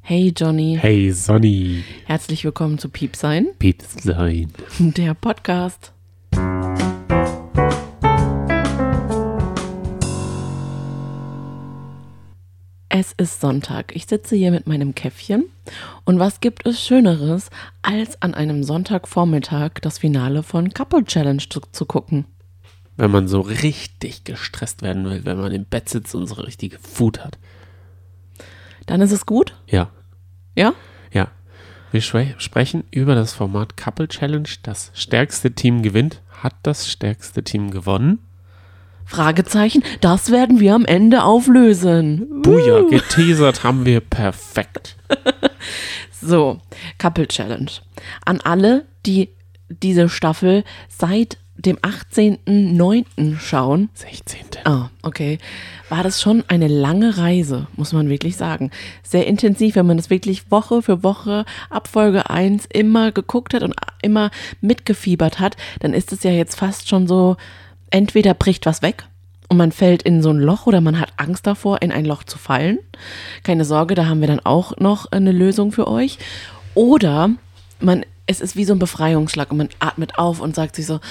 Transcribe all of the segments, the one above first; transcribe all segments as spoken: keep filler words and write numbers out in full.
Hey Johnny. Hey Sonny. Herzlich willkommen zu Piepsein. Piepsein. Der Podcast. Es ist Sonntag. Ich sitze hier mit meinem Käffchen. Und was gibt es Schöneres, als an einem Sonntagvormittag das Finale von Couple Challenge zu, zu gucken? Wenn man so richtig gestresst werden will, wenn man im Bett sitzt und so richtige Food hat. Dann ist es gut? Ja. Ja? Ja. Wir schwe- sprechen über das Format Couple Challenge. Das stärkste Team gewinnt. Hat das stärkste Team gewonnen? Fragezeichen, das werden wir am Ende auflösen. Buja, geteasert haben wir perfekt. So, Couple Challenge. An alle, die diese Staffel seit dem achtzehnten neunten schauen. sechzehnten Ah, okay. War das schon eine lange Reise, muss man wirklich sagen. Sehr intensiv, wenn man das wirklich Woche für Woche ab Folge eins immer geguckt hat und immer mitgefiebert hat, dann ist es ja jetzt fast schon so, entweder bricht was weg und man fällt in so ein Loch oder man hat Angst davor, in ein Loch zu fallen. Keine Sorge, da haben wir dann auch noch eine Lösung für euch. Oder man, es ist wie so ein Befreiungsschlag und man atmet auf und sagt sich so,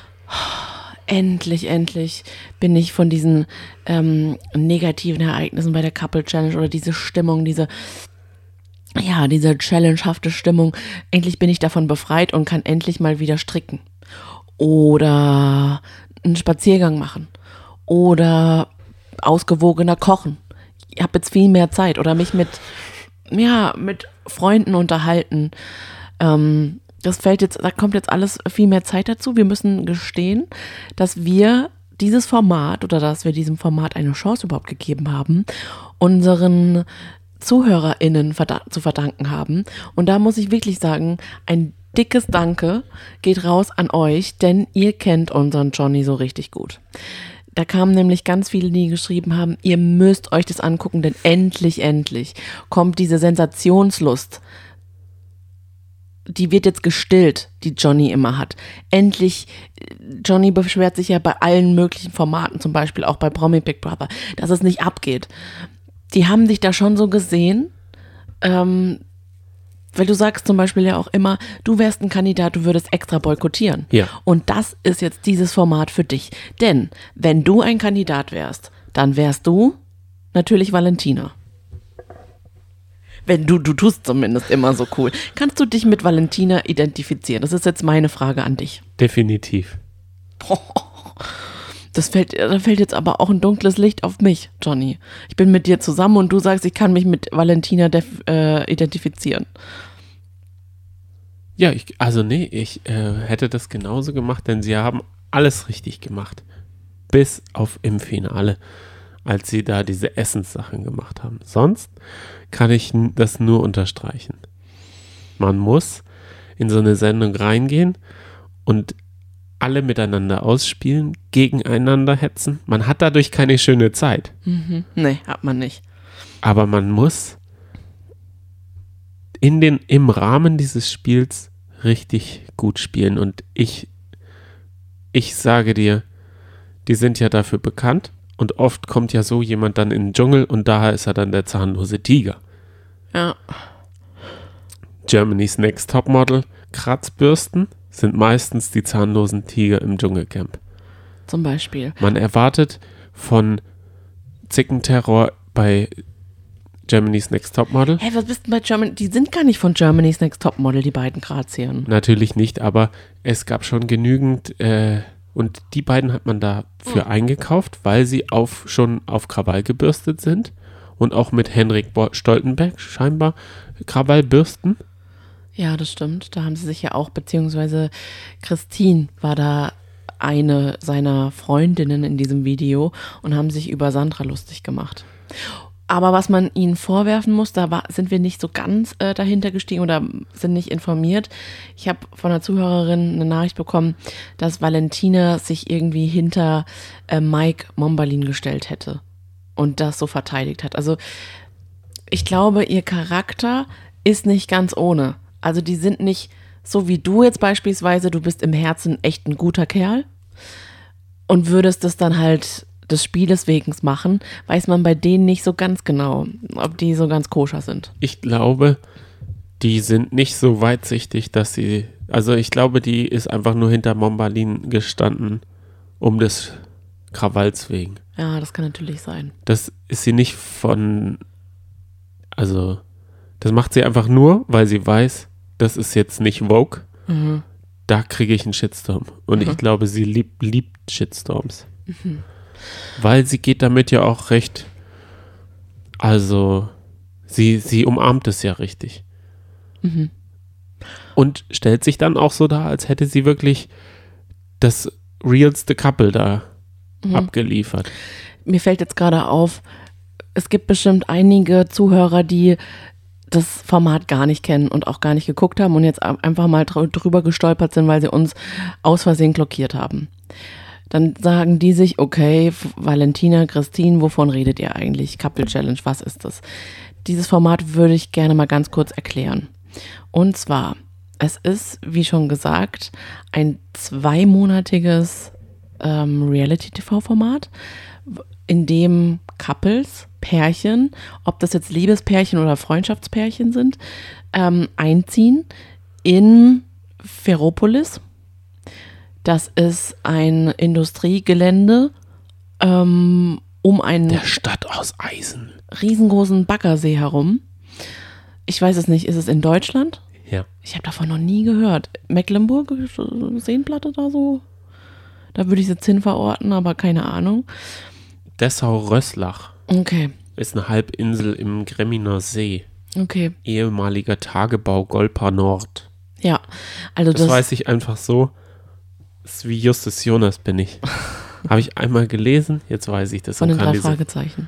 endlich, endlich bin ich von diesen ähm, negativen Ereignissen bei der Couple Challenge oder diese Stimmung, diese, ja, diese challengehafte Stimmung, endlich bin ich davon befreit und kann endlich mal wieder stricken. Oder einen Spaziergang machen. Oder ausgewogener kochen. Ich habe jetzt viel mehr Zeit. Oder mich mit, ja, mit Freunden unterhalten. Ähm, das fällt jetzt, da kommt jetzt alles viel mehr Zeit dazu. Wir müssen gestehen, dass wir dieses Format oder dass wir diesem Format eine Chance überhaupt gegeben haben, unseren ZuhörerInnen verda- zu verdanken haben. Und da muss ich wirklich sagen, ein dickes Danke geht raus an euch, denn ihr kennt unseren Johnny so richtig gut. Da kamen nämlich ganz viele, die geschrieben haben, ihr müsst euch das angucken, denn endlich, endlich kommt diese Sensationslust. Die wird jetzt gestillt, die Johnny immer hat. Endlich, Johnny beschwert sich ja bei allen möglichen Formaten, zum Beispiel auch bei Promi Big Brother, dass es nicht abgeht. Die haben dich da schon so gesehen, ähm, weil du sagst zum Beispiel ja auch immer, du wärst ein Kandidat, du würdest extra boykottieren. Ja. Und das ist jetzt dieses Format für dich. Denn wenn du ein Kandidat wärst, dann wärst du natürlich Valentina. Wenn du, du tust zumindest immer so cool. Kannst du dich mit Valentina identifizieren? Das ist jetzt meine Frage an dich. Definitiv. Das fällt, da fällt jetzt aber auch ein dunkles Licht auf mich, Johnny. Ich bin mit dir zusammen und du sagst, ich kann mich mit Valentina def, äh, identifizieren. Ja, ich, also nee, ich äh, hätte das genauso gemacht, denn sie haben alles richtig gemacht. Bis auf im Finale, als sie da diese Essenssachen gemacht haben. Sonst kann ich n- das nur unterstreichen. Man muss in so eine Sendung reingehen und alle miteinander ausspielen, gegeneinander hetzen. Man hat dadurch keine schöne Zeit. Mhm. Nee, hat man nicht. Aber man muss in den, im Rahmen dieses Spiels richtig gut spielen. Und ich, ich sage dir, die sind ja dafür bekannt. Und oft kommt ja so jemand dann in den Dschungel und da ist er dann der zahnlose Tiger. Ja. Germany's Next Topmodel, Kratzbürsten sind meistens die zahnlosen Tiger im Dschungelcamp. Zum Beispiel. Man erwartet von Zickenterror bei Germany's Next Topmodel. Hey, was bist denn bei Germany? Die sind gar nicht von Germany's Next Topmodel, die beiden Grazien. Natürlich nicht, aber es gab schon genügend äh, und die beiden hat man dafür Hm. eingekauft, weil sie auf, schon auf Krawall gebürstet sind und auch mit Henrik Bo- Stoltenberg scheinbar Krawall bürsten. Ja, das stimmt. Da haben sie sich ja auch, beziehungsweise Christine war da eine seiner Freundinnen in diesem Video und haben sich über Sandra lustig gemacht. Aber was man ihnen vorwerfen muss, da war, sind wir nicht so ganz äh, dahinter gestiegen oder sind nicht informiert. Ich habe von einer Zuhörerin eine Nachricht bekommen, dass Valentina sich irgendwie hinter äh, Mike Mombalin gestellt hätte und das so verteidigt hat. Also ich glaube, ihr Charakter ist nicht ganz ohne. Also die sind nicht so wie du jetzt beispielsweise, du bist im Herzen echt ein guter Kerl und würdest das dann halt des Spieles wegen machen, weiß man bei denen nicht so ganz genau, ob die so ganz koscher sind. Ich glaube, die sind nicht so weitsichtig, dass sie, also ich glaube, die ist einfach nur hinter Mombalin gestanden, um des Krawalls wegen. Ja, das kann natürlich sein. Das ist sie nicht von, also das macht sie einfach nur, weil sie weiß, das ist jetzt nicht Vogue. Mhm. Da kriege ich einen Shitstorm. Und Mhm. ich glaube, sie liebt, liebt Shitstorms. Mhm. Weil sie geht damit ja auch recht, also sie, sie umarmt es ja richtig. Mhm. Und stellt sich dann auch so dar, als hätte sie wirklich das realste Couple da Mhm. abgeliefert. Mir fällt jetzt gerade auf, es gibt bestimmt einige Zuhörer, die das Format gar nicht kennen und auch gar nicht geguckt haben und jetzt einfach mal dr- drüber gestolpert sind, weil sie uns aus Versehen blockiert haben. Dann sagen die sich, okay, F- Valentina, Christine, wovon redet ihr eigentlich? Couple Challenge, was ist das? Dieses Format würde ich gerne mal ganz kurz erklären. Und zwar, es ist, wie schon gesagt, ein zweimonatiges ähm, Reality-T V-Format, in dem Couples, Pärchen, ob das jetzt Liebespärchen oder Freundschaftspärchen sind, ähm, einziehen in Ferropolis. Das ist ein Industriegelände ähm, um einen Der Stadt aus Eisen. riesengroßen Baggersee herum. Ich weiß es nicht, ist es in Deutschland? Ja. Ich habe davon noch nie gehört. Mecklenburg, Seenplatte da so? Da würde ich es jetzt hin verorten, aber keine Ahnung. Dessau-Röslach Okay, ist eine Halbinsel im Gremminer See. okay. Ehemaliger Tagebau Golpa Nord. Ja, also Das, das, weiß ich einfach so. Das ist wie Justus Jonas bin ich. Habe ich einmal gelesen, jetzt weiß ich das. von und den kann drei diese- Fragezeichen.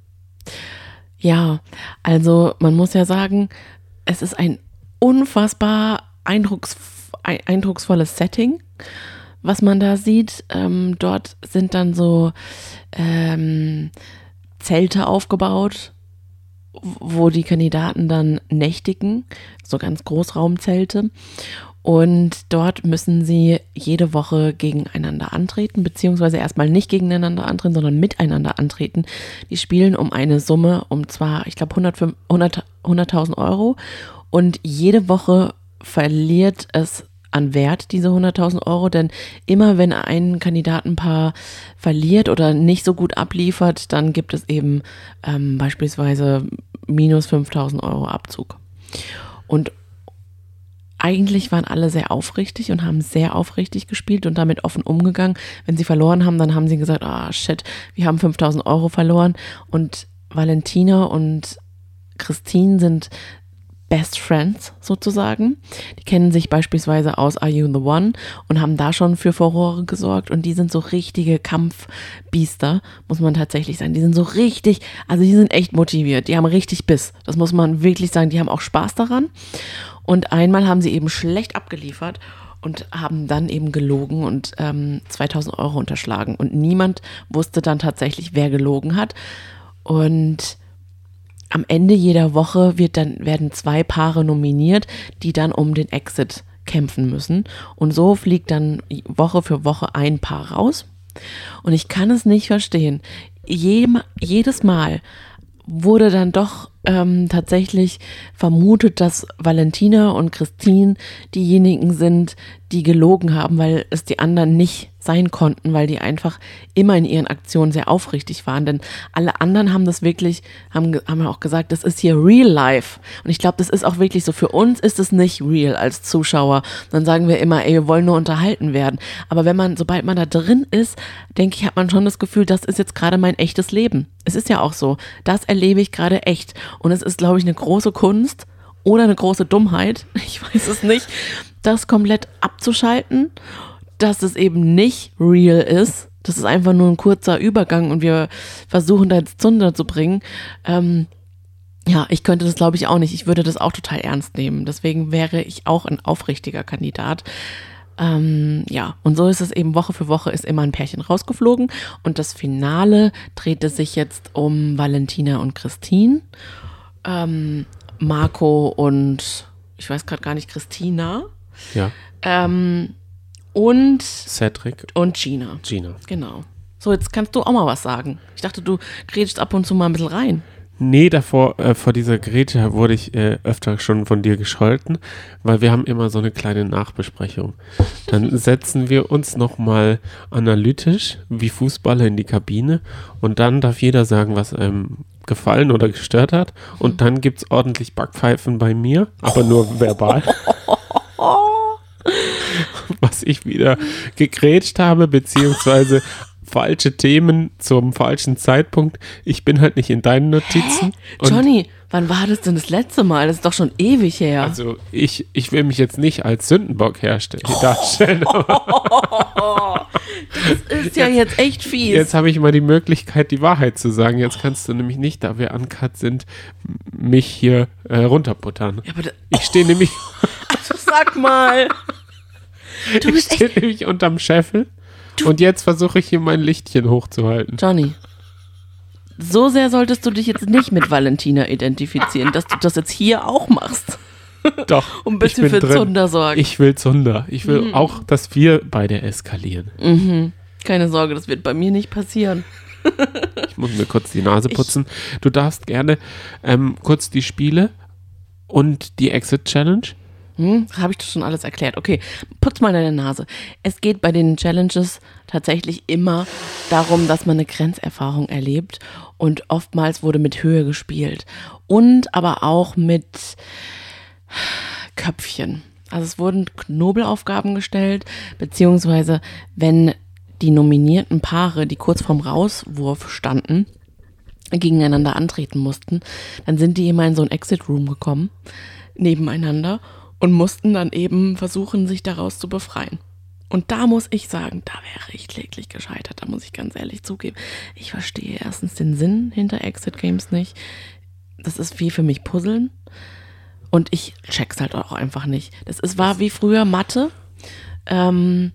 Ja, also man muss ja sagen, es ist ein unfassbar eindrucks, ein- eindrucksvolles Setting, was man da sieht. Ähm, dort sind dann so ähm, Zelte aufgebaut, wo die Kandidaten dann nächtigen, so ganz Großraumzelte. Und dort müssen sie jede Woche gegeneinander antreten, beziehungsweise erstmal nicht gegeneinander antreten, sondern miteinander antreten. Die spielen um eine Summe, um zwar, ich glaube, hunderttausend Euro. Und jede Woche verliert es an Wert, diese hunderttausend Euro, denn immer wenn ein Kandidatenpaar verliert oder nicht so gut abliefert, dann gibt es eben ähm, beispielsweise minus fünftausend Euro Abzug. Und eigentlich waren alle sehr aufrichtig und haben sehr aufrichtig gespielt und damit offen umgegangen. Wenn sie verloren haben, dann haben sie gesagt, ah shit, wir haben fünftausend Euro verloren. Und Valentina und Christine sind Best Friends sozusagen. Die kennen sich beispielsweise aus Are You the One und haben da schon für Furore gesorgt und die sind so richtige Kampfbiester, muss man tatsächlich sagen. Die sind so richtig, also die sind echt motiviert, die haben richtig Biss. Das muss man wirklich sagen, die haben auch Spaß daran. Und einmal haben sie eben schlecht abgeliefert und haben dann eben gelogen und ähm, zweitausend Euro unterschlagen. Und niemand wusste dann tatsächlich, wer gelogen hat. Und am Ende jeder Woche wird dann, werden zwei Paare nominiert, die dann um den Exit kämpfen müssen. Und so fliegt dann Woche für Woche ein Paar raus. Und ich kann es nicht verstehen. Jedem, jedes Mal wurde dann doch ähm, tatsächlich vermutet, dass Valentina und Christine diejenigen sind, die gelogen haben, weil es die anderen nicht sein konnten, weil die einfach immer in ihren Aktionen sehr aufrichtig waren. Denn alle anderen haben das wirklich, haben, haben auch gesagt, das ist hier real life. Und ich glaube, das ist auch wirklich so. Für uns ist es nicht real als Zuschauer. Dann sagen wir immer, ey, wir wollen nur unterhalten werden. Aber wenn man, sobald man da drin ist, denke ich, hat man schon das Gefühl, das ist jetzt gerade mein echtes Leben. Es ist ja auch so. Das erlebe ich gerade echt. Und es ist, glaube ich, eine große Kunst oder eine große Dummheit, ich weiß es nicht, das komplett abzuschalten, dass es eben nicht real ist. Das ist einfach nur ein kurzer Übergang und wir versuchen da jetzt Zunder zu bringen. Ähm, ja, ich könnte das, glaube ich, auch nicht. Ich würde das auch total ernst nehmen. Deswegen wäre ich auch ein aufrichtiger Kandidat. Ähm, ja, und so ist es eben, Woche für Woche ist immer ein Pärchen rausgeflogen und das Finale drehte sich jetzt um Valentina und Christine, ähm, Marco und ich weiß gerade gar nicht, Christina Ja. ähm, und, Cedric, und Gina, Gina. genau. So, jetzt kannst du auch mal was sagen. Ich dachte, du grätschst ab und zu mal ein bisschen rein. Nee, davor, äh, vor dieser Grätsche wurde ich äh, öfter schon von dir gescholten, weil wir haben immer so eine kleine Nachbesprechung. Dann setzen wir uns nochmal analytisch wie Fußballer in die Kabine und dann darf jeder sagen, was einem gefallen oder gestört hat. Und dann gibt es ordentlich Backpfeifen bei mir, aber nur verbal. Was ich wieder gegrätscht habe, beziehungsweise falsche Themen zum falschen Zeitpunkt. Ich bin halt nicht in deinen Notizen. Johnny, wann war das denn das letzte Mal? Das ist doch schon ewig her. Also ich, ich will mich jetzt nicht als Sündenbock herstellen, oh. darstellen. Das ist ja jetzt, jetzt echt fies. Jetzt habe ich mal die Möglichkeit, die Wahrheit zu sagen. Jetzt kannst du nämlich nicht, da wir uncut sind, mich hier äh, runterputtern. Ja, aber da, ich stehe oh. nämlich... Also sag mal. Du ich bist stehe nämlich unterm Scheffel. Und jetzt versuche ich hier mein Lichtchen hochzuhalten. Johnny, so sehr solltest du dich jetzt nicht mit Valentina identifizieren, dass du das jetzt hier auch machst. Doch. Um ein bisschen für drin. Zunder sorgen. Ich will Zunder. Ich will mhm. auch, dass wir beide eskalieren. Mhm. Keine Sorge, das wird bei mir nicht passieren. Ich muss mir kurz die Nase putzen. Ich, du darfst gerne ähm, kurz die Spiele und die Exit-Challenge. Hm, habe ich das schon alles erklärt. Okay, putz mal deine Nase. Es geht bei den Challenges tatsächlich immer darum, dass man eine Grenzerfahrung erlebt und oftmals wurde mit Höhe gespielt und aber auch mit Köpfchen. Also es wurden Knobelaufgaben gestellt, beziehungsweise wenn die nominierten Paare, die kurz vorm Rauswurf standen, gegeneinander antreten mussten, dann sind die immer in so ein Exit-Room gekommen, nebeneinander, und mussten dann eben versuchen, sich daraus zu befreien. Und da muss ich sagen, da wäre ich kläglich gescheitert, da muss ich ganz ehrlich zugeben. Ich verstehe erstens den Sinn hinter Exit Games nicht. Das ist wie für mich Puzzeln. Und ich check's halt auch einfach nicht. Das ist, war wie früher Mathe. Ähm,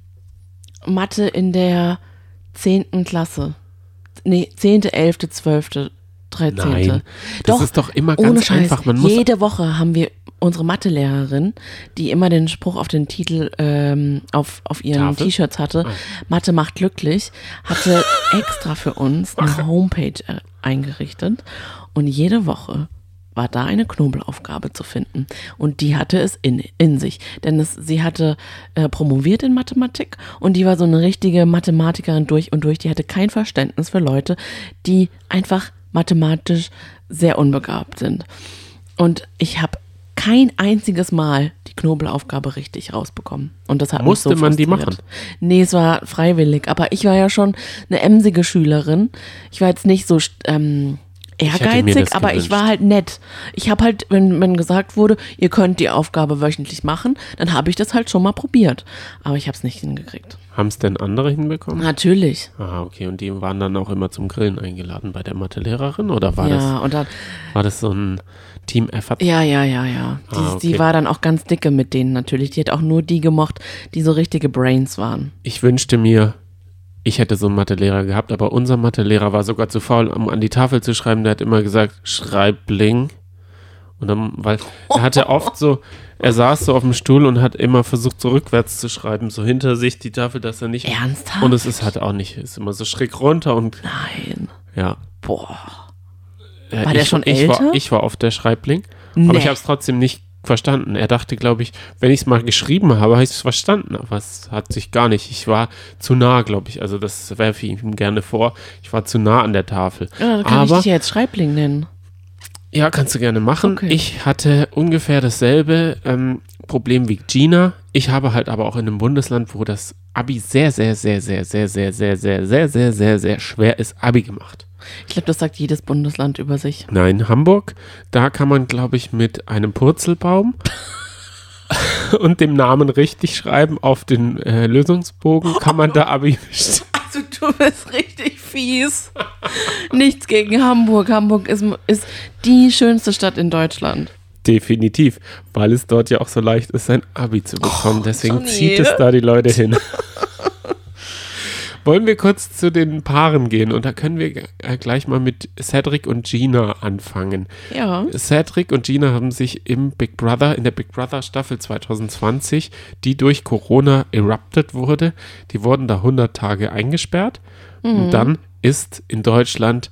Mathe in der zehnten Klasse. Nee, zehnte, elfte, zwölfte, dreizehnte. Nein, das doch, ist doch immer ganz ohne Scheiß, einfach. Man muss jede Woche haben wir unsere Mathelehrerin, die immer den Spruch auf den Titel, ähm, auf, auf ihren Tafel? T-Shirts hatte, ah. Mathe macht glücklich, hatte extra für uns eine Homepage äh, eingerichtet und jede Woche war da eine Knobelaufgabe zu finden. Und die hatte es in, in sich. Denn es, sie hatte äh, promoviert in Mathematik und die war so eine richtige Mathematikerin durch und durch. Die hatte kein Verständnis für Leute, die einfach mathematisch sehr unbegabt sind. Und ich habe kein einziges Mal die Knobelaufgabe richtig rausbekommen. Und das hat Musste mich so man die frustriert. machen? Nee, es war freiwillig. Aber ich war ja schon eine emsige Schülerin. Ich war jetzt nicht so ähm, ehrgeizig, ich aber gewünscht. Ich war halt nett. Ich habe halt, wenn, wenn gesagt wurde, ihr könnt die Aufgabe wöchentlich machen, dann habe ich das halt schon mal probiert. Aber ich habe es nicht hingekriegt. Haben es denn andere hinbekommen? Natürlich. Ah, okay. Und die waren dann auch immer zum Grillen eingeladen bei der Mathelehrerin? Oder war, ja, das, und dann, war das so ein Team-Effort? Ja, ja, ja, ja. Die, ah, okay. die war dann auch ganz dicke mit denen natürlich. Die hat auch nur die gemocht, die so richtige Brains waren. Ich wünschte mir, ich hätte so einen Mathelehrer gehabt, aber unser Mathelehrer war sogar zu faul, um an die Tafel zu schreiben. Der hat immer gesagt, Schreibling. Und dann, weil er hatte oft so, er saß so auf dem Stuhl und hat immer versucht, so rückwärts zu schreiben, so hinter sich die Tafel, dass er nicht... Ernsthaft? Und es ist halt auch nicht, ist immer so schräg runter und... Nein. Ja. Boah. Äh, war ich, der schon ich älter? War, ich war oft der Schreibling, nee. aber ich habe es trotzdem nicht verstanden. Er dachte, glaube ich, wenn ich es mal geschrieben habe, habe ich es verstanden, aber es hat sich gar nicht. Ich war zu nah, glaube ich, also das werfe ich ihm gerne vor. Ich war zu nah an der Tafel. Ja, dann kann aber, ich dich ja jetzt Schreibling nennen. Ja, kannst du gerne machen. Okay. Ich hatte ungefähr dasselbe ähm, Problem wie Gina. Ich habe halt aber auch in einem Bundesland, wo das Abi sehr, sehr, sehr, sehr, sehr, sehr, sehr, sehr, sehr, sehr, sehr, sehr schwer ist, Abi gemacht. Ich glaube, das sagt jedes Bundesland über sich. Nein, Hamburg, da kann man, glaube ich, mit einem Purzelbaum und dem Namen richtig schreiben auf den äh, Lösungsbogen, kann man da Abi bestehen. Also du bist richtig fies. Nichts gegen Hamburg. Hamburg ist, ist die schönste Stadt in Deutschland. Definitiv, weil es dort ja auch so leicht ist, sein Abi zu bekommen. Oh, Deswegen Johnny. zieht es da die Leute hin. Wollen wir kurz zu den Paaren gehen und da können wir gleich mal mit Cedric und Gina anfangen. Ja. Cedric und Gina haben sich im Big Brother, in der Big Brother Staffel zwanzig zwanzig, die durch Corona erupted wurde, die wurden da hundert Tage eingesperrt mhm. und dann ist in Deutschland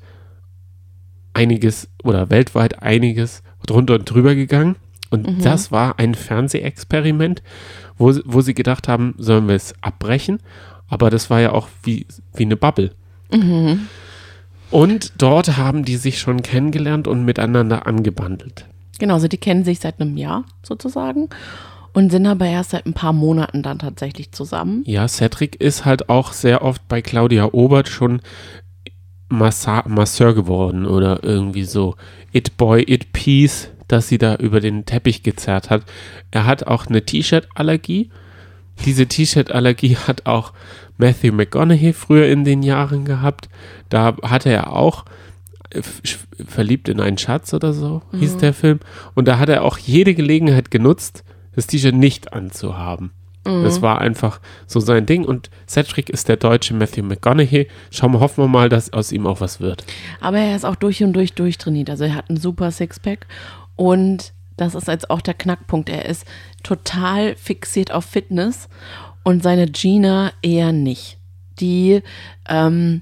einiges oder weltweit einiges drunter und drüber gegangen und mhm. das war ein Fernsehexperiment, wo, wo sie gedacht haben, sollen wir es abbrechen? Aber das war ja auch wie, wie eine Bubble. Mhm. Und dort haben die sich schon kennengelernt und miteinander angebandelt. Genau, also die kennen sich seit einem Jahr sozusagen und sind aber erst seit ein paar Monaten dann tatsächlich zusammen. Ja, Cedric ist halt auch sehr oft bei Claudia Obert schon Massa- Masseur geworden oder irgendwie so It Boy, It Peace, dass sie da über den Teppich gezerrt hat. Er hat auch eine T-Shirt-Allergie. Diese T-Shirt-Allergie hat auch Matthew McConaughey früher in den Jahren gehabt. Da hatte er auch f- Verliebt in einen Schatz oder so, mhm. hieß der Film. Und da hat er auch jede Gelegenheit genutzt, das T-Shirt nicht anzuhaben. Mhm. Das war einfach so sein Ding. Und Cedric ist der deutsche Matthew McConaughey. Schauen wir, hoffen wir mal, dass aus ihm auch was wird. Aber er ist auch durch und durch durchtrainiert. Also er hat einen super Sixpack und das ist jetzt auch der Knackpunkt. Er ist total fixiert auf Fitness und seine Gina eher nicht. Die ähm,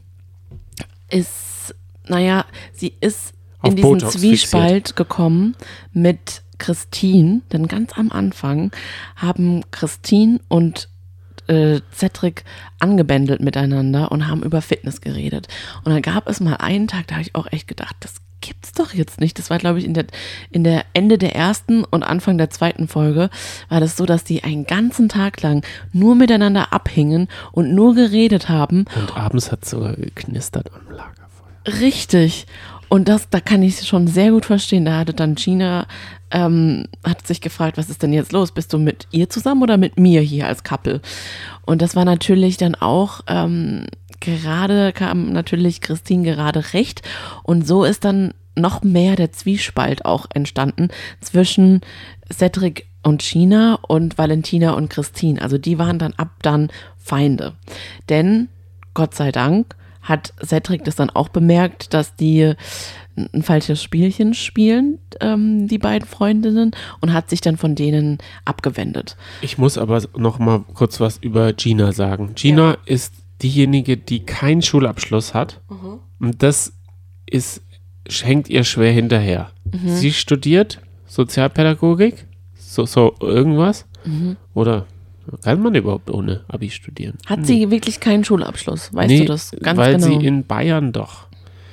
ist, naja, sie ist auf in diesen Botox Zwiespalt fixiert. gekommen mit Christine, denn ganz am Anfang haben Christine und äh, Cedric angebändelt miteinander und haben über Fitness geredet. Und dann gab es mal einen Tag, da habe ich auch echt gedacht, das gibt's doch jetzt nicht. Das war, glaube ich, in der, in der Ende der ersten und Anfang der zweiten Folge war das so, dass die einen ganzen Tag lang nur miteinander abhingen und nur geredet haben. Und abends hat es sogar geknistert am Lagerfeuer. Richtig. Und das, da kann ich schon sehr gut verstehen. Da hatte dann Gina, ähm, hat sich gefragt, was ist denn jetzt los? Bist du mit ihr zusammen oder mit mir hier als Couple? Und das war natürlich dann auch, ähm, gerade kam natürlich Christine gerade recht. Und so ist dann noch mehr der Zwiespalt auch entstanden zwischen Cedric und Gina und Valentina und Christine. Also die waren dann ab dann Feinde. Denn, Gott sei Dank, hat Cedric das dann auch bemerkt, dass die ein falsches Spielchen spielen, ähm, die beiden Freundinnen, und hat sich dann von denen abgewendet. Ich muss aber noch mal kurz was über Gina sagen. Gina ja. ist diejenige, die keinen Schulabschluss hat. Mhm. Und das ist, hängt ihr schwer hinterher. Mhm. Sie studiert Sozialpädagogik, so, so irgendwas. Mhm. Oder kann man überhaupt ohne Abi studieren? Hat nee. sie wirklich keinen Schulabschluss? Weißt nee, du das ganz weil genau? Weil sie in Bayern doch.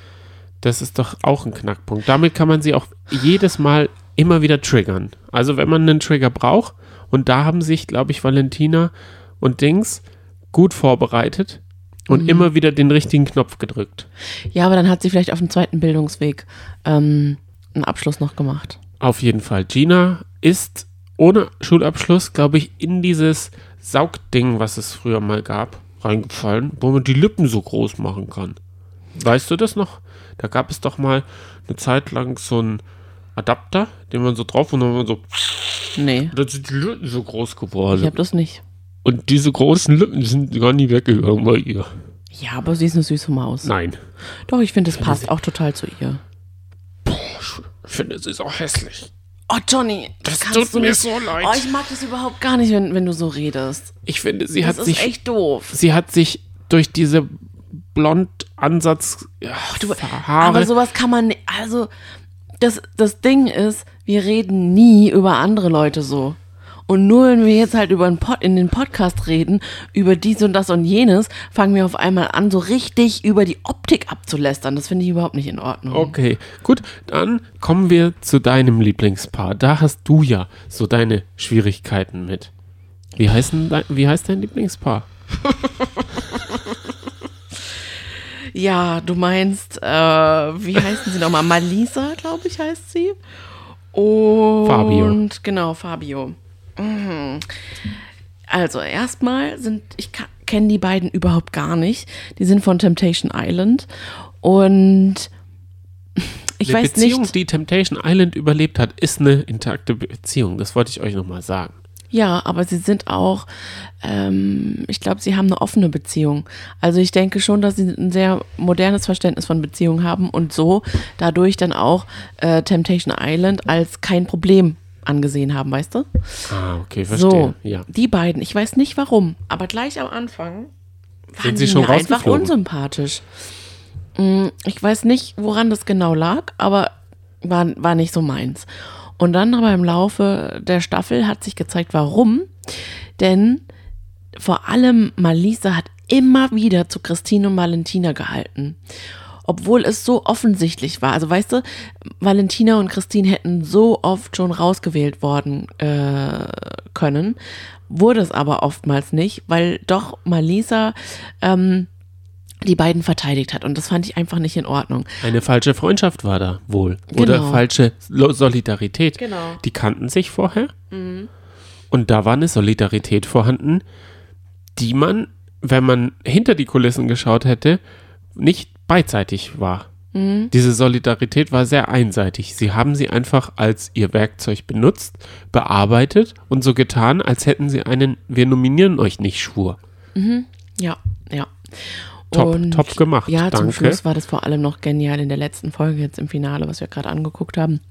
Das ist doch auch ein Knackpunkt. Damit kann man sie auch jedes Mal immer wieder triggern. Also wenn man einen Trigger braucht, und da haben sich, glaube ich, Valentina und Dings gut vorbereitet und mhm. immer wieder den richtigen Knopf gedrückt. Ja, aber dann hat sie vielleicht auf dem zweiten Bildungsweg ähm, einen Abschluss noch gemacht. Auf jeden Fall. Gina ist ohne Schulabschluss, glaube ich, in dieses Saugding, was es früher mal gab, reingefallen, wo man die Lippen so groß machen kann. Weißt du das noch? Da gab es doch mal eine Zeit lang so einen Adapter, den man so drauf und dann man so. Nee. Da sind die Lippen so groß geworden. Ich habe das nicht. Und diese großen Lippen sind gar nicht weggegangen bei ihr. Ja, aber sie ist eine süße Maus. Nein. Doch, ich finde, es passt auch total zu ihr. Boah, ich finde, sie ist auch hässlich. Oh, Johnny, das tut mir so leid. Oh, ich mag das überhaupt gar nicht, wenn, wenn du so redest. Ich finde, sie das hat sich. Das ist echt doof. Sie hat sich durch diese Blond-Ansatz ja, du, aber sowas kann man nicht. Also, das, das Ding ist, wir reden nie über andere Leute so. Und nur wenn wir jetzt halt über einen Pod, in den Podcast reden, über dies und das und jenes, fangen wir auf einmal an, so richtig über die Optik abzulästern. Das finde ich überhaupt nicht in Ordnung. Okay, gut, dann kommen wir zu deinem Lieblingspaar. Da hast du ja so deine Schwierigkeiten mit. Wie heißt, denn dein, wie heißt dein Lieblingspaar? Ja, du meinst, äh, wie heißen sie nochmal? Malisa, glaube ich, heißt sie. Und Fabio. Genau, Fabio. Also erstmal sind, ich kenne die beiden überhaupt gar nicht. Die sind von Temptation Island und ich eine weiß Beziehung, nicht. Die Temptation Island überlebt hat, ist eine intakte Beziehung. Das wollte ich euch nochmal sagen. Ja, aber sie sind auch, ähm, ich glaube, sie haben eine offene Beziehung. Also ich denke schon, dass sie ein sehr modernes Verständnis von Beziehungen haben und so dadurch dann auch äh, Temptation Island als kein Problem angesehen haben, weißt du? Ah, okay, verstehe. So, ja. die beiden, ich weiß nicht warum, aber gleich am Anfang waren Sind sie die schon mir einfach rausgeflogen? unsympathisch. Mm, Ich weiß nicht, woran das genau lag, aber war, war nicht so meins. Und dann aber im Laufe der Staffel hat sich gezeigt, warum. Denn vor allem Malisa hat immer wieder zu Christine und Valentina gehalten. Obwohl es so offensichtlich war. Also weißt du, Valentina und Christine hätten so oft schon rausgewählt worden äh, können. Wurde es aber oftmals nicht, weil doch Malisa ähm, die beiden verteidigt hat. Und das fand ich einfach nicht in Ordnung. Eine falsche Freundschaft war da wohl. Oder Genau. falsche Lo- Solidarität. Genau. Die kannten sich vorher. Und da war eine Solidarität vorhanden, die man, wenn man hinter die Kulissen geschaut hätte, nicht beidseitig war. Diese Solidarität war sehr einseitig. Sie haben sie einfach als ihr Werkzeug benutzt, bearbeitet und so getan, als hätten sie einen "Wir nominieren euch nicht" Schwur. Ja, ja. Top, Und top gemacht. Ja, zum Danke. Schluss war das vor allem noch genial in der letzten Folge, jetzt im Finale, was wir gerade angeguckt haben.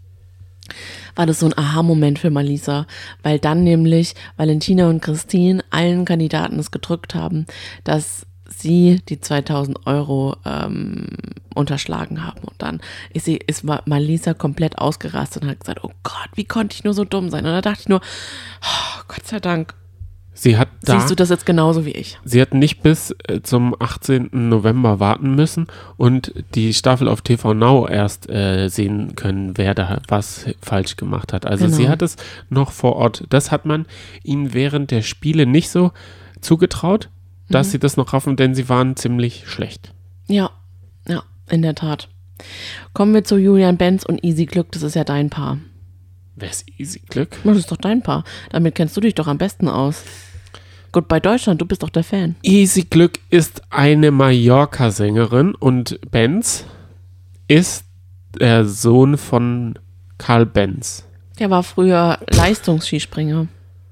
War das so ein Aha-Moment für Malisa, weil dann nämlich Valentina und Christine allen Kandidaten es gedrückt haben, dass sie die zweitausend Euro ähm, unterschlagen haben. Und dann ist, sie, ist Malisa komplett ausgerastet und hat gesagt, oh Gott, wie konnte ich nur so dumm sein? Und da dachte ich nur, oh, Gott sei Dank, Sie hat da, siehst du das jetzt genauso wie ich. sie hat nicht bis äh, zum achtzehnten November warten müssen und die Staffel auf T V Now erst äh, sehen können, wer da was falsch gemacht hat. Also Genau. sie hat es noch vor Ort. Das hat man ihnen während der Spiele nicht so zugetraut, dass Mhm. sie das noch raffen, denn sie waren ziemlich schlecht. Ja, ja, in der Tat. Kommen wir zu Julian Benz und Easy Glück, das ist ja dein Paar. Wer ist Easy Glück? Das ist doch dein Paar. Damit kennst du dich doch am besten aus. Gut, bei Deutschland, du bist doch der Fan. Easy Glück ist eine Mallorca-Sängerin und Benz ist der Sohn von Karl Benz. Der war früher Leistungsskispringer.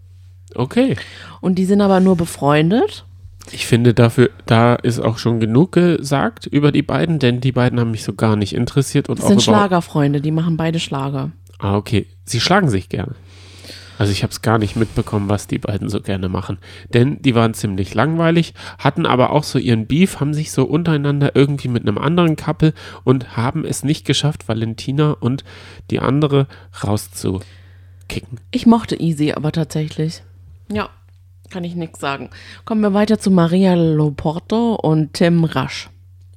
Okay. Und die sind aber nur befreundet. Ich finde dafür, da ist auch schon genug gesagt über die beiden, denn die beiden haben mich so gar nicht interessiert. Und Das auch sind überhaupt- Schlagerfreunde, die machen beide Schlager. Ah, okay. Sie schlagen sich gerne. Also ich habe es gar nicht mitbekommen, was die beiden so gerne machen. Denn die waren ziemlich langweilig, hatten aber auch so ihren Beef, haben sich so untereinander irgendwie mit einem anderen Couple und haben es nicht geschafft, Valentina und die andere rauszukicken. Ich mochte Easy aber tatsächlich. Ja, kann ich nichts sagen. Kommen wir weiter zu Maria Loporto und Tim Rasch.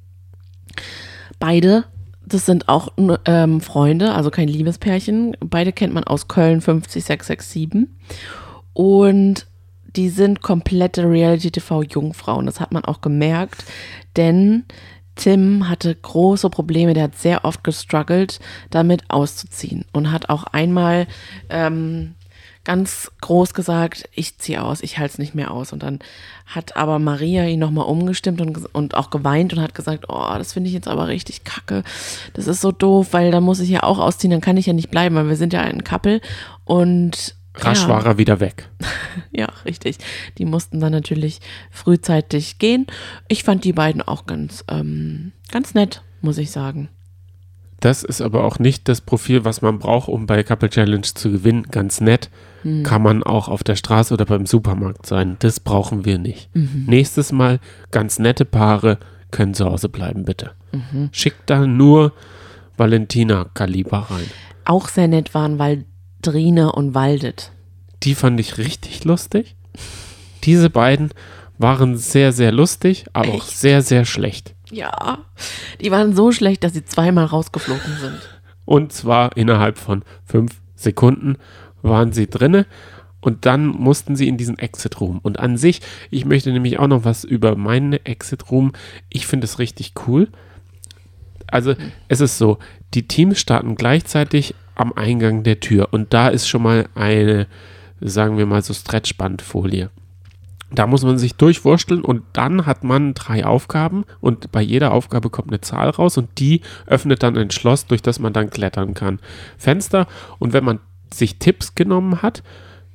Beide, das sind auch ähm, Freunde, also kein Liebespärchen. Beide kennt man aus Köln fünf sechs sechs sieben. Und die sind komplette Reality-T V-Jungfrauen. Das hat man auch gemerkt, denn Tim hatte große Probleme. Der hat sehr oft gestruggelt, damit auszuziehen. Und hat auch einmal ähm, ganz groß gesagt, ich ziehe aus, ich halte es nicht mehr aus. Und dann hat aber Maria ihn nochmal umgestimmt und, und auch geweint und hat gesagt, oh, das finde ich jetzt aber richtig kacke. Das ist so doof, weil dann muss ich ja auch ausziehen, dann kann ich ja nicht bleiben, weil wir sind ja ein Couple. Und Rasch ja, war er wieder weg. ja, richtig. Die mussten dann natürlich frühzeitig gehen. Ich fand die beiden auch ganz, ähm, ganz nett, muss ich sagen. Das ist aber auch nicht das Profil, was man braucht, um bei Couple Challenge zu gewinnen. Ganz nett. Hm. Kann man auch auf der Straße oder beim Supermarkt sein. Das brauchen wir nicht. Mhm. Nächstes Mal ganz nette Paare können zu Hause bleiben, bitte. Mhm. Schickt da nur Valentina-Kaliber rein. Auch sehr nett waren Waldrine und Waldet. Die fand ich richtig lustig. Diese beiden waren sehr, sehr lustig, aber auch Echt? sehr, sehr schlecht. Ja, die waren so schlecht, dass sie zweimal rausgeflogen sind. Und zwar innerhalb von fünf Sekunden waren sie drinne und dann mussten sie in diesen Exit Room. Und an sich, ich möchte nämlich auch noch was über meine Exit Room. Ich finde es richtig cool. Also es ist so, die Teams starten gleichzeitig am Eingang der Tür und da ist schon mal eine, sagen wir mal so Stretchbandfolie. Da muss man sich durchwursteln und dann hat man drei Aufgaben und bei jeder Aufgabe kommt eine Zahl raus und die öffnet dann ein Schloss, durch das man dann klettern kann. Fenster und wenn man sich Tipps genommen hat,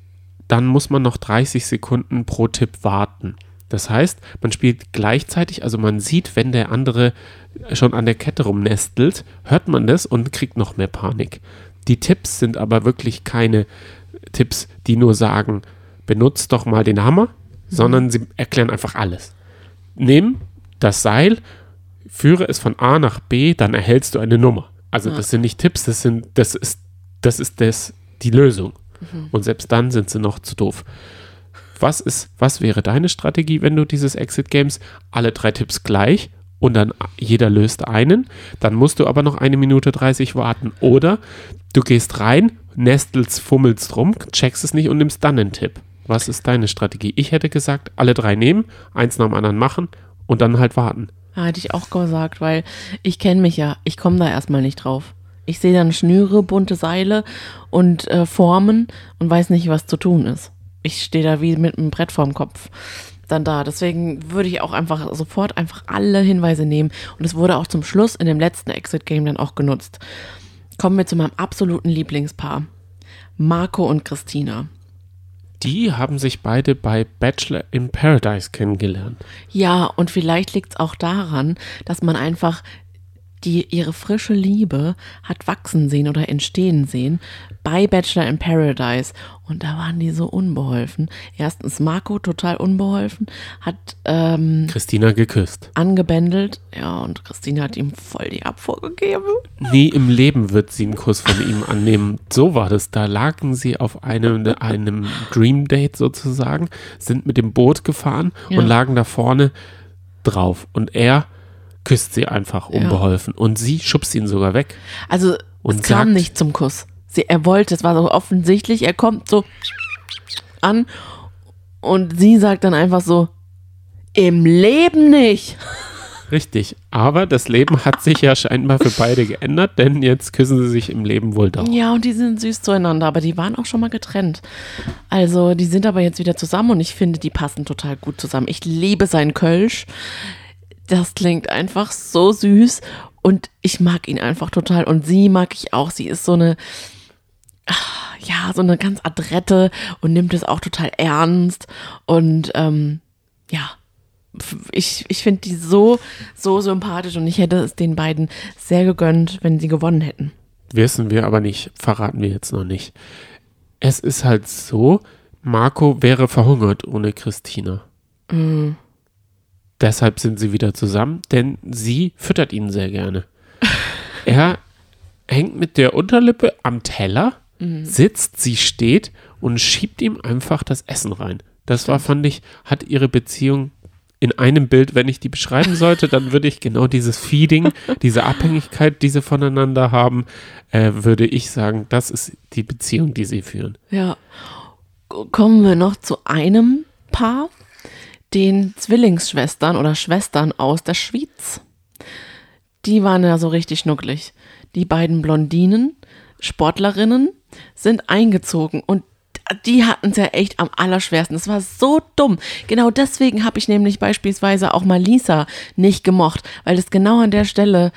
dann muss man noch dreißig Sekunden pro Tipp warten. Das heißt, man spielt gleichzeitig, also man sieht, wenn der andere schon an der Kette rumnestelt, hört man das und kriegt noch mehr Panik. Die Tipps sind aber wirklich keine Tipps, die nur sagen, benutzt doch mal den Hammer, mhm. sondern sie erklären einfach alles. Nimm das Seil, führe es von A nach B, dann erhältst du eine Nummer. Also ja. das sind nicht Tipps, das sind, das ist, das ist das, die Lösung. Mhm. Und selbst dann sind sie noch zu doof. Was ist, was wäre deine Strategie, wenn du dieses Exit Games alle drei Tipps gleich und dann jeder löst einen, dann musst du aber noch eine Minute dreißig warten. Oder du gehst rein, nestelst, fummelst rum, checkst es nicht und nimmst dann einen Tipp. Was ist deine Strategie? Ich hätte gesagt, alle drei nehmen, eins nach dem anderen machen und dann halt warten. Ja, hätte ich auch gesagt, weil ich kenne mich ja, ich komme da erstmal nicht drauf. Ich sehe dann Schnüre, bunte Seile und äh, Formen und weiß nicht, was zu tun ist. Ich stehe da wie mit einem Brett vorm Kopf dann da. Deswegen würde ich auch einfach sofort einfach alle Hinweise nehmen. Und es wurde auch zum Schluss in dem letzten Exit-Game dann auch genutzt. Kommen wir zu meinem absoluten Lieblingspaar. Marco und Christina. Die haben sich beide bei Bachelor in Paradise kennengelernt. Ja, und vielleicht liegt es auch daran, dass man einfach die ihre frische Liebe hat wachsen sehen oder entstehen sehen bei Bachelor in Paradise. Und da waren die so unbeholfen. Erstens Marco total unbeholfen, hat ähm, Christina geküsst. Angebändelt. Ja, und Christina hat ihm voll die Abfuhr gegeben. Nie im Leben wird sie einen Kuss von ihm annehmen. So war das. Da lagen sie auf einem, einem Dream Date sozusagen, sind mit dem Boot gefahren ja. und lagen da vorne drauf. Und er küsst sie einfach unbeholfen. Ja. Und sie schubst ihn sogar weg. Also und es kam sagt, nicht zum Kuss. Sie, er wollte, es war so offensichtlich, er kommt so an und sie sagt dann einfach so, im Leben nicht. Richtig, aber das Leben hat sich ja scheinbar für beide geändert, denn jetzt küssen sie sich im Leben wohl doch. Ja, und die sind süß zueinander, aber die waren auch schon mal getrennt. Also die sind aber jetzt wieder zusammen und ich finde, die passen total gut zusammen. Ich liebe sein Kölsch. Das klingt einfach so süß und ich mag ihn einfach total und sie mag ich auch. Sie ist so eine, ja, so eine ganz adrette und nimmt es auch total ernst und ähm, ja, ich, ich finde die so, so sympathisch und ich hätte es den beiden sehr gegönnt, wenn sie gewonnen hätten. Wissen wir aber nicht, verraten wir jetzt noch nicht. Es ist halt so, Marco wäre verhungert ohne Christina. Mhm. Deshalb sind sie wieder zusammen, denn sie füttert ihn sehr gerne. Er hängt mit der Unterlippe am Teller, mhm. sitzt, sie steht und schiebt ihm einfach das Essen rein. Das Stimmt. war, fand ich, hat ihre Beziehung in einem Bild, wenn ich die beschreiben sollte, dann würde ich genau dieses Feeding, diese Abhängigkeit, die sie voneinander haben, äh, würde ich sagen, das ist die Beziehung, die sie führen. Ja, kommen wir noch zu einem Paar, den Zwillingsschwestern oder Schwestern aus der Schweiz. Die waren ja so richtig schnucklig. Die beiden Blondinen, Sportlerinnen, sind eingezogen und die hatten es ja echt am allerschwersten. Das war so dumm. Genau deswegen habe ich nämlich beispielsweise auch mal Lisa nicht gemocht, weil das genau an der Stelle,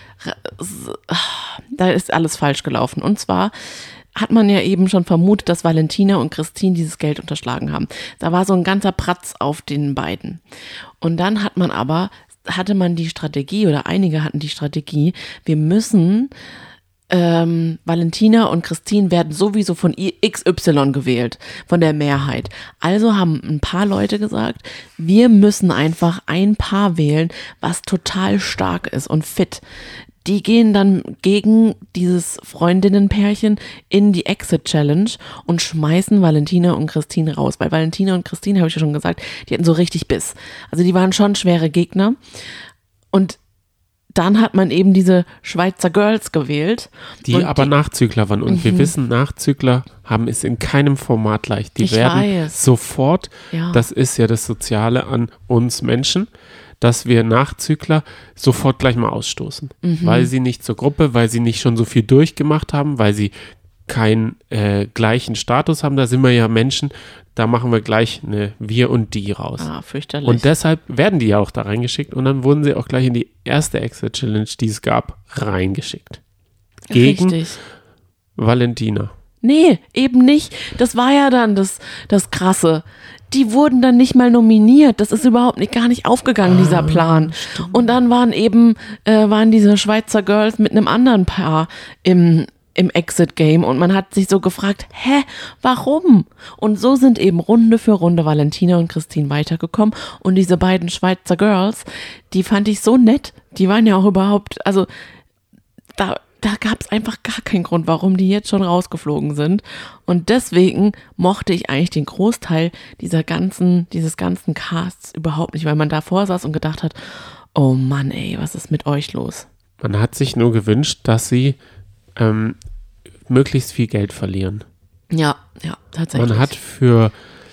da ist alles falsch gelaufen. Und zwar hat man ja eben schon vermutet, dass Valentina und Christine dieses Geld unterschlagen haben. Da war so ein ganzer Pratz auf den beiden. Und dann hat man aber, hatte man die Strategie oder einige hatten die Strategie, wir müssen Ähm, Valentina und Christine werden sowieso von X Y gewählt, von der Mehrheit. Also haben ein paar Leute gesagt, wir müssen einfach ein Paar wählen, was total stark ist und fit. Die gehen dann gegen dieses Freundinnenpärchen in die Exit Challenge und schmeißen Valentina und Christine raus. Weil Valentina und Christine, habe ich ja schon gesagt, die hatten so richtig Biss. Also die waren schon schwere Gegner. Und dann hat man eben diese Schweizer Girls gewählt. Die aber die, Nachzügler waren. Und mhm. wir wissen, Nachzügler haben es in keinem Format leicht. Die ich werden weiß. sofort, ja. das ist ja das Soziale an uns Menschen, dass wir Nachzügler sofort gleich mal ausstoßen. Mhm. Weil sie nicht zur Gruppe, weil sie nicht schon so viel durchgemacht haben, weil sie keinen äh, gleichen Status haben. Da sind wir ja Menschen, da machen wir gleich eine Wir und die raus. Ah, fürchterlich. Und deshalb werden die ja auch da reingeschickt und dann wurden sie auch gleich in die erste Exit-Challenge, die es gab, reingeschickt. Gegen Richtig. Valentina. Nee, eben nicht. Das war ja dann das, das Krasse. Die wurden dann nicht mal nominiert. Das ist überhaupt nicht, gar nicht aufgegangen, ah, dieser Plan. Stimmt. Und dann waren eben, äh, waren diese Schweizer Girls mit einem anderen Paar im, im Exit-Game. Und man hat sich so gefragt, hä, warum? Und so sind eben Runde für Runde Valentina und Christine weitergekommen. Und diese beiden Schweizer Girls, die fand ich so nett. Die waren ja auch überhaupt, also da... Da gab es einfach gar keinen Grund, warum die jetzt schon rausgeflogen sind. Und deswegen mochte ich eigentlich den Großteil dieser ganzen, dieses ganzen Casts überhaupt nicht, weil man davor saß und gedacht hat, oh Mann, ey, was ist mit euch los? Man hat sich nur gewünscht, dass sie ähm, möglichst viel Geld verlieren. Ja, ja, tatsächlich. Man hat für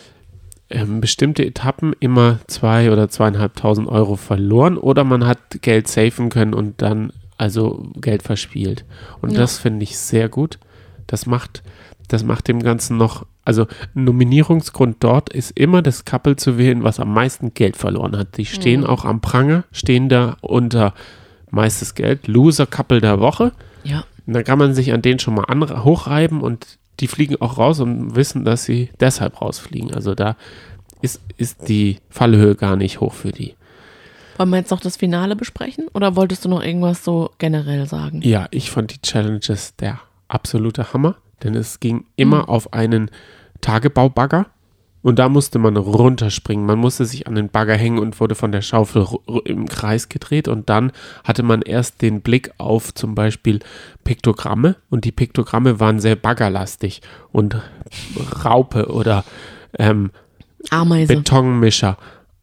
ähm, bestimmte Etappen immer zwei oder zweieinhalbtausend Euro verloren oder man hat Geld safen können und dann also Geld verspielt. Und ja. das finde ich sehr gut. Das macht, das macht dem Ganzen noch, also Nominierungsgrund dort ist immer das Couple zu wählen, was am meisten Geld verloren hat. Die stehen mhm. auch am Pranger, stehen da unter meistes Geld, Loser-Couple der Woche. Ja. Und dann kann man sich an denen schon mal an, hochreiben und die fliegen auch raus und wissen, dass sie deshalb rausfliegen. Also da ist, ist die Fallhöhe gar nicht hoch für die. Wollen wir jetzt noch das Finale besprechen oder wolltest du noch irgendwas so generell sagen? Ja, ich fand die Challenges der absolute Hammer, denn es ging immer mhm. auf einen Tagebaubagger und da musste man runterspringen. Man musste sich an den Bagger hängen und wurde von der Schaufel im Kreis gedreht und dann hatte man erst den Blick auf zum Beispiel Piktogramme und die Piktogramme waren sehr baggerlastig und Raupe oder ähm, Ameise. Betonmischer,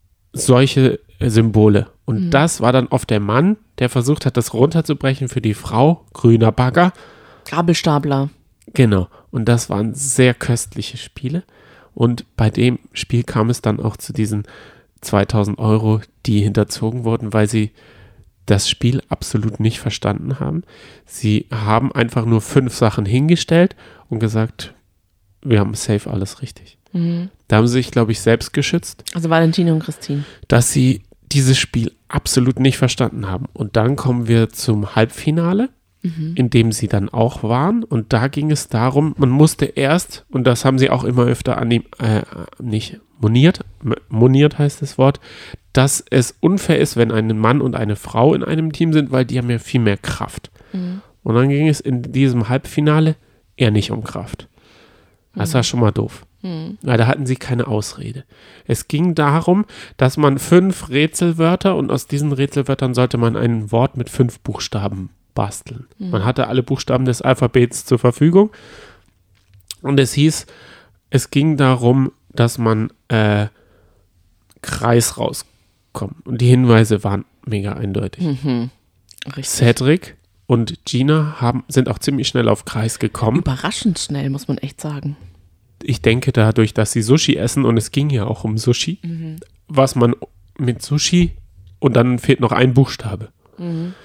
solche Symbole. Und mhm. das war dann oft der Mann, der versucht hat, das runterzubrechen für die Frau. Grüner Bagger. Gabelstapler. Genau. Und das waren sehr köstliche Spiele. Und bei dem Spiel kam es dann auch zu diesen zweitausend Euro, die hinterzogen wurden, weil sie das Spiel absolut nicht verstanden haben. Sie haben einfach nur fünf Sachen hingestellt und gesagt, wir haben safe alles richtig. Mhm. Da haben sie sich, glaube ich, selbst geschützt. Also Valentina und Christine. Dass sie dieses Spiel absolut nicht verstanden haben. Und dann kommen wir zum Halbfinale, mhm. in dem sie dann auch waren. Und da ging es darum, man musste erst, und das haben sie auch immer öfter anim, äh, nicht moniert, moniert heißt das Wort, dass es unfair ist, wenn ein Mann und eine Frau in einem Team sind, weil die haben ja viel mehr Kraft. Mhm. Und dann ging es in diesem Halbfinale eher nicht um Kraft. Das mhm. war schon mal doof. Hm. Weil da hatten sie keine Ausrede. Es ging darum, dass man fünf Rätselwörter und aus diesen Rätselwörtern sollte man ein Wort mit fünf Buchstaben basteln. Hm. Man hatte alle Buchstaben des Alphabets zur Verfügung und es hieß, es ging darum, dass man äh, Kreis rauskommt und die Hinweise waren mega eindeutig. Mhm. Cedric und Gina haben, sind auch ziemlich schnell auf Kreis gekommen. Überraschend schnell, muss man echt sagen. Ich denke dadurch, dass sie Sushi essen und es ging ja auch um Sushi, mhm. was man mit Sushi und dann fehlt noch ein Buchstabe. Mhm.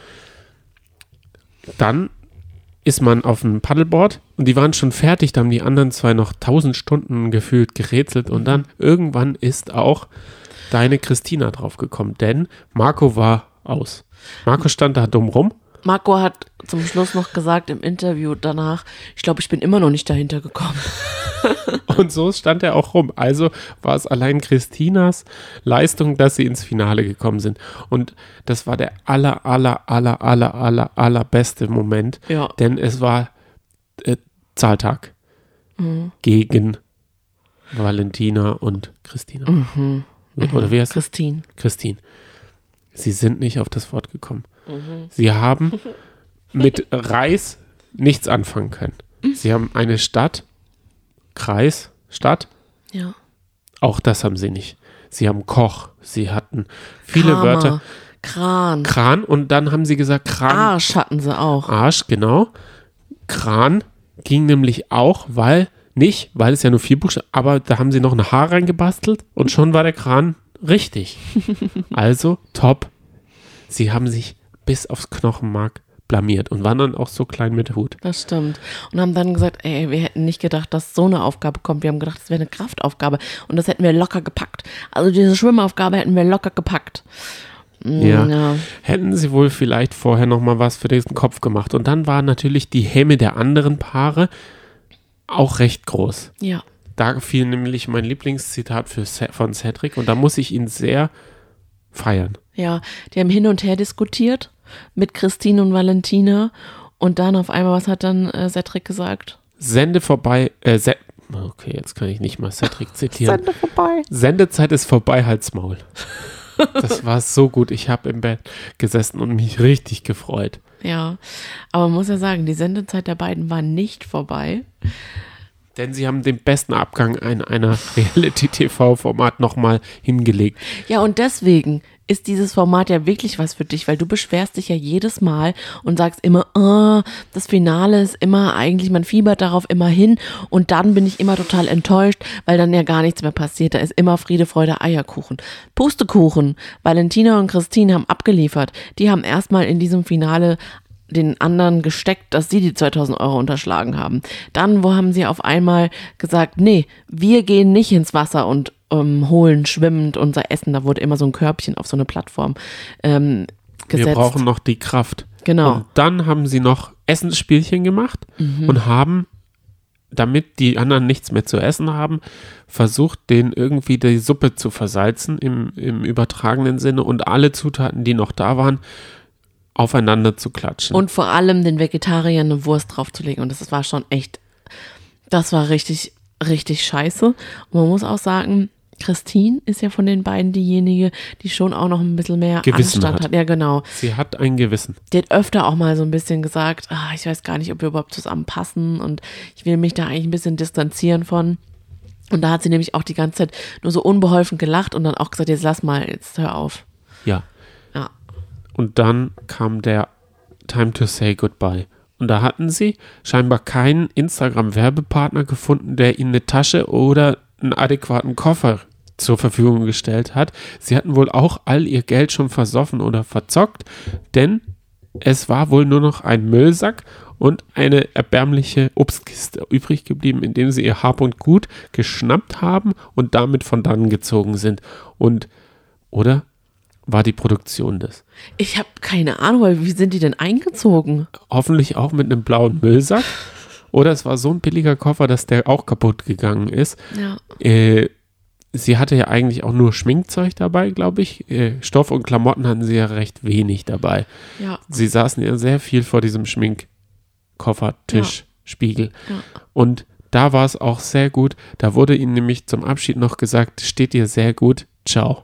Dann ist man auf einem Paddleboard und die waren schon fertig, da haben die anderen zwei noch tausend Stunden gefühlt gerätselt und dann irgendwann ist auch deine Christina draufgekommen, denn Marco war aus. Marco stand da dumm rum. Marco hat zum Schluss noch gesagt im Interview danach, ich glaube, ich bin immer noch nicht dahinter gekommen. Und so stand er auch rum. Also war es allein Christinas Leistung, dass sie ins Finale gekommen sind. Und das war der aller, aller, aller, aller, aller, aller beste Moment. Ja. Denn es war äh, Zahltag mhm. gegen Valentina und Christina. Mhm. Oder wie heißt das? Christine. Christine. Sie sind nicht auf das Wort gekommen. Sie haben mit Reis nichts anfangen können. Sie haben eine Stadt, Kreis, Stadt. Ja. Auch das haben sie nicht. Sie haben Koch. Sie hatten viele Kramer, Wörter. Kran. Kran und dann haben sie gesagt Kran. Arsch hatten sie auch. Arsch, genau. Kran ging nämlich auch, weil, nicht, weil es ja nur vier Buchstaben, aber da haben sie noch ein Haar reingebastelt und schon war der Kran richtig. Also top. Sie haben sich bis aufs Knochenmark blamiert und waren dann auch so klein mit Hut. Das stimmt. Und haben dann gesagt, ey, wir hätten nicht gedacht, dass so eine Aufgabe kommt. Wir haben gedacht, das wäre eine Kraftaufgabe und das hätten wir locker gepackt. Also diese Schwimmaufgabe hätten wir locker gepackt. Ja. ja. Hätten sie wohl vielleicht vorher nochmal was für diesen Kopf gemacht. Und dann war natürlich die Häme der anderen Paare, auch recht groß. Ja. Da fiel nämlich mein Lieblingszitat für Ce- von Cedric und da muss ich ihn sehr feiern. Ja, die haben hin und her diskutiert mit Christine und Valentina und dann auf einmal, was hat dann äh, Cedric gesagt? Sende vorbei, äh, Se- okay, jetzt kann ich nicht mal Cedric zitieren. Sende vorbei. Sendezeit ist vorbei, halt's Maul. Das war so gut. Ich habe im Bett gesessen und mich richtig gefreut. Ja, aber man muss ja sagen, die Sendezeit der beiden war nicht vorbei. Denn sie haben den besten Abgang in einer Reality-T V-Format nochmal hingelegt. Ja, und deswegen ist dieses Format ja wirklich was für dich, weil du beschwerst dich ja jedes Mal und sagst immer, oh, das Finale ist immer eigentlich, man fiebert darauf immer hin und dann bin ich immer total enttäuscht, weil dann ja gar nichts mehr passiert. Da ist immer Friede, Freude, Eierkuchen. Pustekuchen. Valentina und Christine haben abgeliefert. Die haben erstmal in diesem Finale den anderen gesteckt, dass sie die zweitausend Euro unterschlagen haben. Dann, wo haben sie auf einmal gesagt, nee, wir gehen nicht ins Wasser und ähm, holen schwimmend unser Essen. Da wurde immer so ein Körbchen auf so eine Plattform ähm, gesetzt. Wir brauchen noch die Kraft. Genau. Und dann haben sie noch Essensspielchen gemacht mhm. und haben, damit die anderen nichts mehr zu essen haben, versucht, denen irgendwie die Suppe zu versalzen im, im übertragenen Sinne und alle Zutaten, die noch da waren, aufeinander zu klatschen. Und vor allem den Vegetariern eine Wurst draufzulegen. Und das war schon echt, das war richtig, richtig scheiße. Und man muss auch sagen, Christine ist ja von den beiden diejenige, die schon auch noch ein bisschen mehr Gewissen Anstand hat. hat. Ja, genau. Sie hat ein Gewissen. Die hat öfter auch mal so ein bisschen gesagt, ah, ich weiß gar nicht, ob wir überhaupt zusammenpassen und ich will mich da eigentlich ein bisschen distanzieren von. Und da hat sie nämlich auch die ganze Zeit nur so unbeholfen gelacht und dann auch gesagt, jetzt lass mal, jetzt hör auf. Ja. Ja. Und dann kam der Time to Say Goodbye. Und da hatten sie scheinbar keinen Instagram-Werbepartner gefunden, der ihnen eine Tasche oder einen adäquaten Koffer zur Verfügung gestellt hat. Sie hatten wohl auch all ihr Geld schon versoffen oder verzockt, denn es war wohl nur noch ein Müllsack und eine erbärmliche Obstkiste übrig geblieben, in dem sie ihr Hab und Gut geschnappt haben und damit von dannen gezogen sind. Und, oder? War die Produktion das? Ich habe keine Ahnung, weil wie sind die denn eingezogen? Hoffentlich auch mit einem blauen Müllsack. Oder es war so ein billiger Koffer, dass der auch kaputt gegangen ist. Ja. Äh, sie hatte ja eigentlich auch nur Schminkzeug dabei, glaube ich. Äh, Stoff und Klamotten hatten sie ja recht wenig dabei. Ja. Sie saßen ja sehr viel vor diesem Schminkkoffer, Tisch, Ja. Spiegel. Ja. Und da war es auch sehr gut. Da wurde ihnen nämlich zum Abschied noch gesagt, steht dir sehr gut, ciao.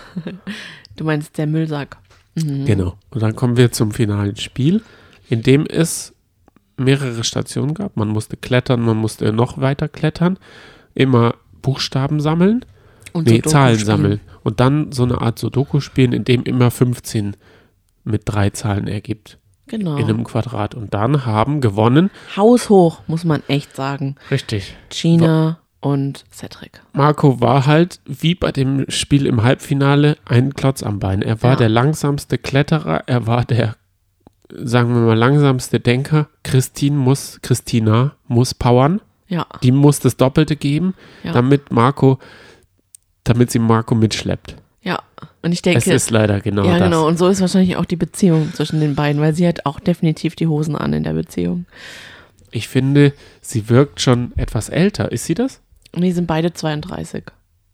Du meinst der Müllsack. Mhm. Genau. Und dann kommen wir zum finalen Spiel, in dem es mehrere Stationen gab. Man musste klettern, man musste noch weiter klettern, immer Buchstaben sammeln, Und nee, Sudoku Zahlen spielen. sammeln und dann so eine Art Sudoku spielen, in dem immer fünfzehn mit drei Zahlen ergibt. Genau. In einem Quadrat. Und dann haben gewonnen. Haushoch, muss man echt sagen. Richtig. Gina und Cedric. Marco war halt, wie bei dem Spiel im Halbfinale, ein Klotz am Bein. Er war Ja. der langsamste Kletterer, er war der, sagen wir mal, langsamste Denker. Christine muss, Christina muss powern. Ja. Die muss das Doppelte geben, Ja. damit Marco, damit sie Marco mitschleppt. Ja. Und ich denke, Es ist leider genau ja, das. genau. Und so ist wahrscheinlich auch die Beziehung zwischen den beiden, weil sie hat auch definitiv die Hosen an in der Beziehung. Ich finde, sie wirkt schon etwas älter. Ist sie das? Und die sind beide zweiunddreißig.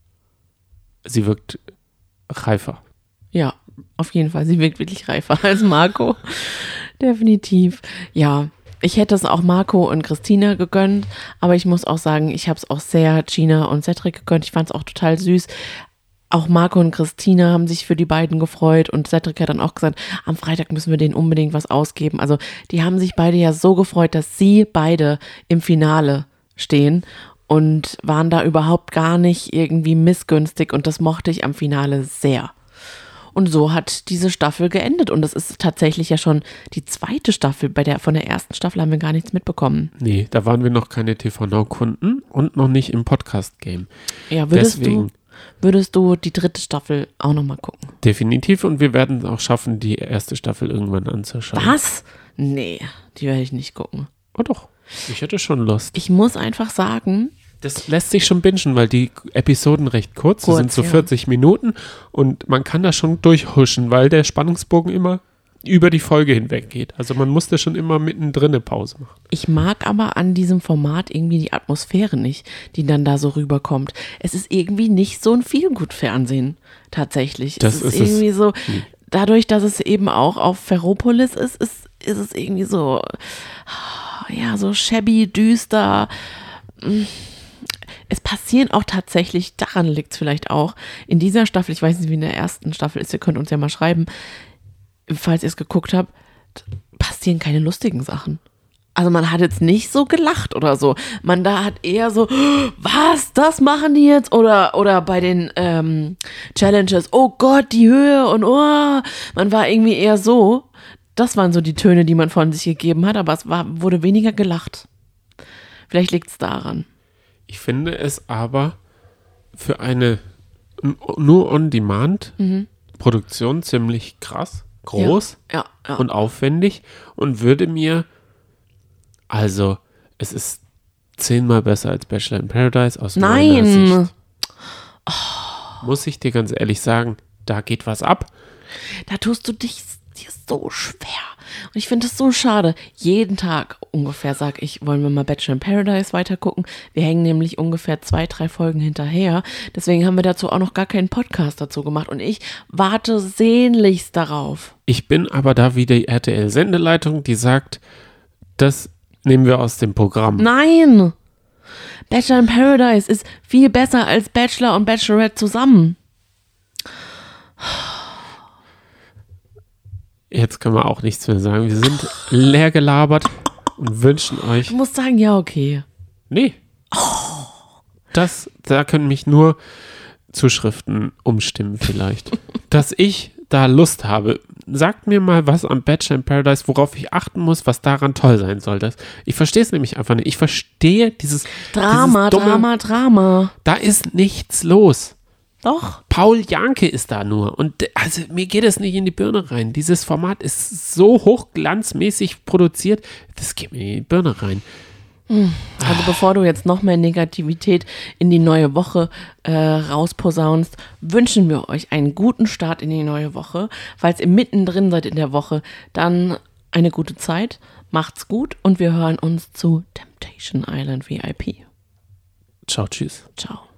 Sie wirkt reifer. Ja, auf jeden Fall. Sie wirkt wirklich reifer als Marco. Definitiv. Ja, ich hätte es auch Marco und Christina gegönnt, aber ich muss auch sagen, ich habe es auch sehr Gina und Cedric gegönnt. Ich fand es auch total süß. Auch Marco und Christina haben sich für die beiden gefreut und Cedric hat dann auch gesagt, am Freitag müssen wir denen unbedingt was ausgeben. Also die haben sich beide ja so gefreut, dass sie beide im Finale stehen und waren da überhaupt gar nicht irgendwie missgünstig und das mochte ich am Finale sehr. Und so hat diese Staffel geendet und das ist tatsächlich ja schon die zweite Staffel. Bei der, von der ersten Staffel haben wir gar nichts mitbekommen. Nee, da waren wir noch keine T V Now-Kunden und noch nicht im Podcast-Game. Ja, würdest Deswegen. du, würdest du die dritte Staffel auch nochmal gucken? Definitiv und wir werden es auch schaffen, die erste Staffel irgendwann anzuschauen. Was? Nee, die werde ich nicht gucken. Oh doch, ich hätte schon Lust. Ich muss einfach sagen, Das lässt sich schon bingen, weil die Episoden recht kurz, Kurz, sind so ja. vierzig Minuten und man kann da schon durchhuschen, weil der Spannungsbogen immer über die Folge hinweg geht. Also man musste schon immer mittendrin eine Pause machen. Ich mag aber an diesem Format irgendwie die Atmosphäre nicht, die dann da so rüberkommt. Es ist irgendwie nicht so ein Feelgood-Fernsehen, tatsächlich. Das es ist, ist es. irgendwie so, dadurch, dass es eben auch auf Ferropolis ist, ist, ist es irgendwie so, ja, so shabby, düster. Es passieren auch tatsächlich, daran liegt es vielleicht auch, in dieser Staffel, ich weiß nicht, wie in der ersten Staffel ist, ihr könnt uns ja mal schreiben, falls ihr es geguckt habt, passieren keine lustigen Sachen. Also man hat jetzt nicht so gelacht oder so. Man da hat eher so, was, das machen die jetzt? Oder, oder bei den ähm, Challenges, oh Gott, die Höhe und oh. Man war irgendwie eher so. Das waren so die Töne, die man von sich gegeben hat, aber es war, wurde weniger gelacht. Vielleicht liegt es daran. Ich finde es aber für eine nur On-Demand-Produktion mhm. ziemlich krass, groß ja, ja, ja. und aufwendig und würde mir, also es ist zehnmal besser als Bachelor in Paradise aus Nein. meiner Sicht. Oh. Muss ich dir ganz ehrlich sagen, da geht was ab. Da tust du dich dir so schwer. Und ich finde es so schade. Jeden Tag ungefähr, sag ich, wollen wir mal Bachelor in Paradise weitergucken. Wir hängen nämlich ungefähr zwei, drei Folgen hinterher. Deswegen haben wir dazu auch noch gar keinen Podcast dazu gemacht. Und ich warte sehnlichst darauf. Ich bin aber da wie die R T L-Sendeleitung, die sagt, das nehmen wir aus dem Programm. Nein! Bachelor in Paradise ist viel besser als Bachelor und Bachelorette zusammen. Jetzt können wir auch nichts mehr sagen. Wir sind leer gelabert und wünschen euch... Du musst sagen, ja, okay. Nee. Das, da können mich nur Zuschriften umstimmen vielleicht. Dass ich da Lust habe. Sagt mir mal was am Bachelor in Paradise, worauf ich achten muss, was daran toll sein soll. Das, ich verstehe es nämlich einfach nicht. Ich verstehe dieses... Drama, dieses dumme, Drama, Drama. Da ist nichts los. Doch. Paul Janke ist da nur. Und also mir geht es nicht in die Birne rein. Dieses Format ist so hochglanzmäßig produziert, das geht mir in die Birne rein. Also bevor du jetzt noch mehr Negativität in die neue Woche äh, rausposaunst, wünschen wir euch einen guten Start in die neue Woche. Falls ihr mittendrin seid in der Woche, dann eine gute Zeit. Macht's gut und wir hören uns zu Temptation Island V I P. Ciao, tschüss. Ciao.